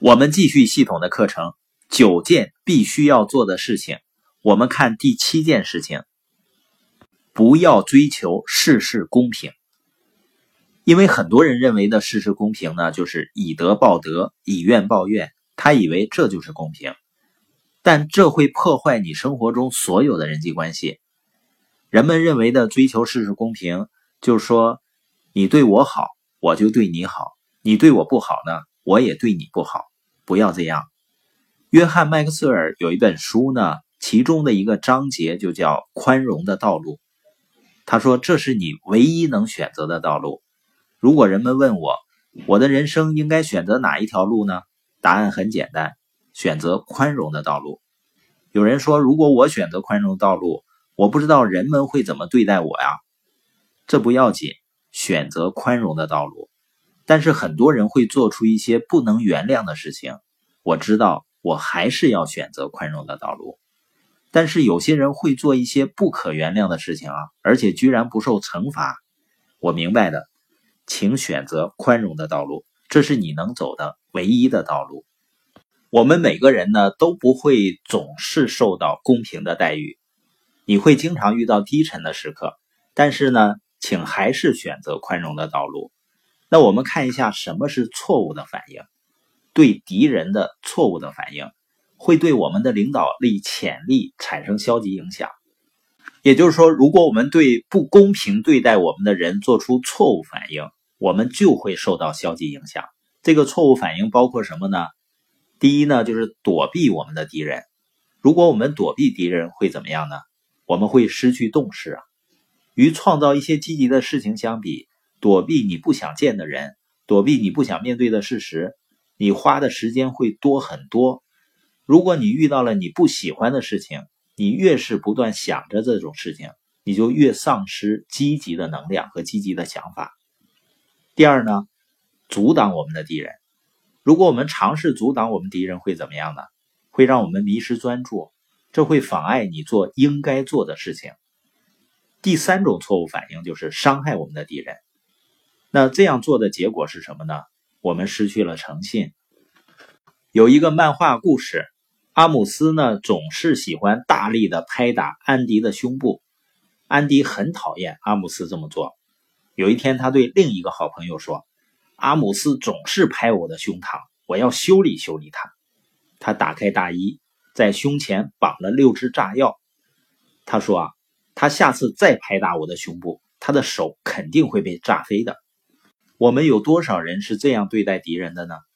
我们继续系统的课程，9件必须要做的事情。我们看第7件事情，不要追求事事公平。因为很多人认为的事事公平呢，就是以德报德，以怨报怨，他以为这就是公平，但这会破坏你生活中所有的人际关系。人们认为的追求事事公平，就是说你对我好，我就对你好，你对我不好呢，我也对你不好，不要这样。约翰·麦克斯尔有一本书呢，其中的一个章节就叫宽容的道路。他说这是你唯一能选择的道路。如果人们问我的人生应该选择哪一条路呢？答案很简单，选择宽容的道路。有人说，如果我选择宽容的道路，我不知道人们会怎么对待我呀。这不要紧，选择宽容的道路。但是很多人会做出一些不能原谅的事情，我知道我还是要选择宽容的道路。但是有些人会做一些不可原谅的事情啊，而且居然不受惩罚。我明白的，请选择宽容的道路，这是你能走的唯一的道路。我们每个人呢，都不会总是受到公平的待遇，你会经常遇到低沉的时刻，但是呢，请还是选择宽容的道路。那我们看一下什么是错误的反应。对敌人的错误的反应会对我们的领导力、潜力产生消极影响。也就是说，如果我们对不公平对待我们的人做出错误反应，我们就会受到消极影响。这个错误反应包括什么呢？第一呢，就是躲避我们的敌人。如果我们躲避敌人会怎么样呢？我们会失去动势啊。与创造一些积极的事情相比，躲避你不想见的人，躲避你不想面对的事实，你花的时间会多很多。如果你遇到了你不喜欢的事情，你越是不断想着这种事情，你就越丧失积极的能量和积极的想法。第二呢，阻挡我们的敌人。如果我们尝试阻挡我们敌人会怎么样呢？会让我们迷失专注，这会妨碍你做应该做的事情。第3种错误反应就是伤害我们的敌人。那这样做的结果是什么呢？我们失去了诚信。有一个漫画故事，阿姆斯呢总是喜欢大力的拍打安迪的胸部，安迪很讨厌阿姆斯这么做。有一天他对另一个好朋友说，阿姆斯总是拍我的胸膛，我要修理修理他。他打开大衣，在胸前绑了6支炸药。他说他下次再拍打我的胸部，他的手肯定会被炸飞的。我们有多少人是这样对待敌人的呢？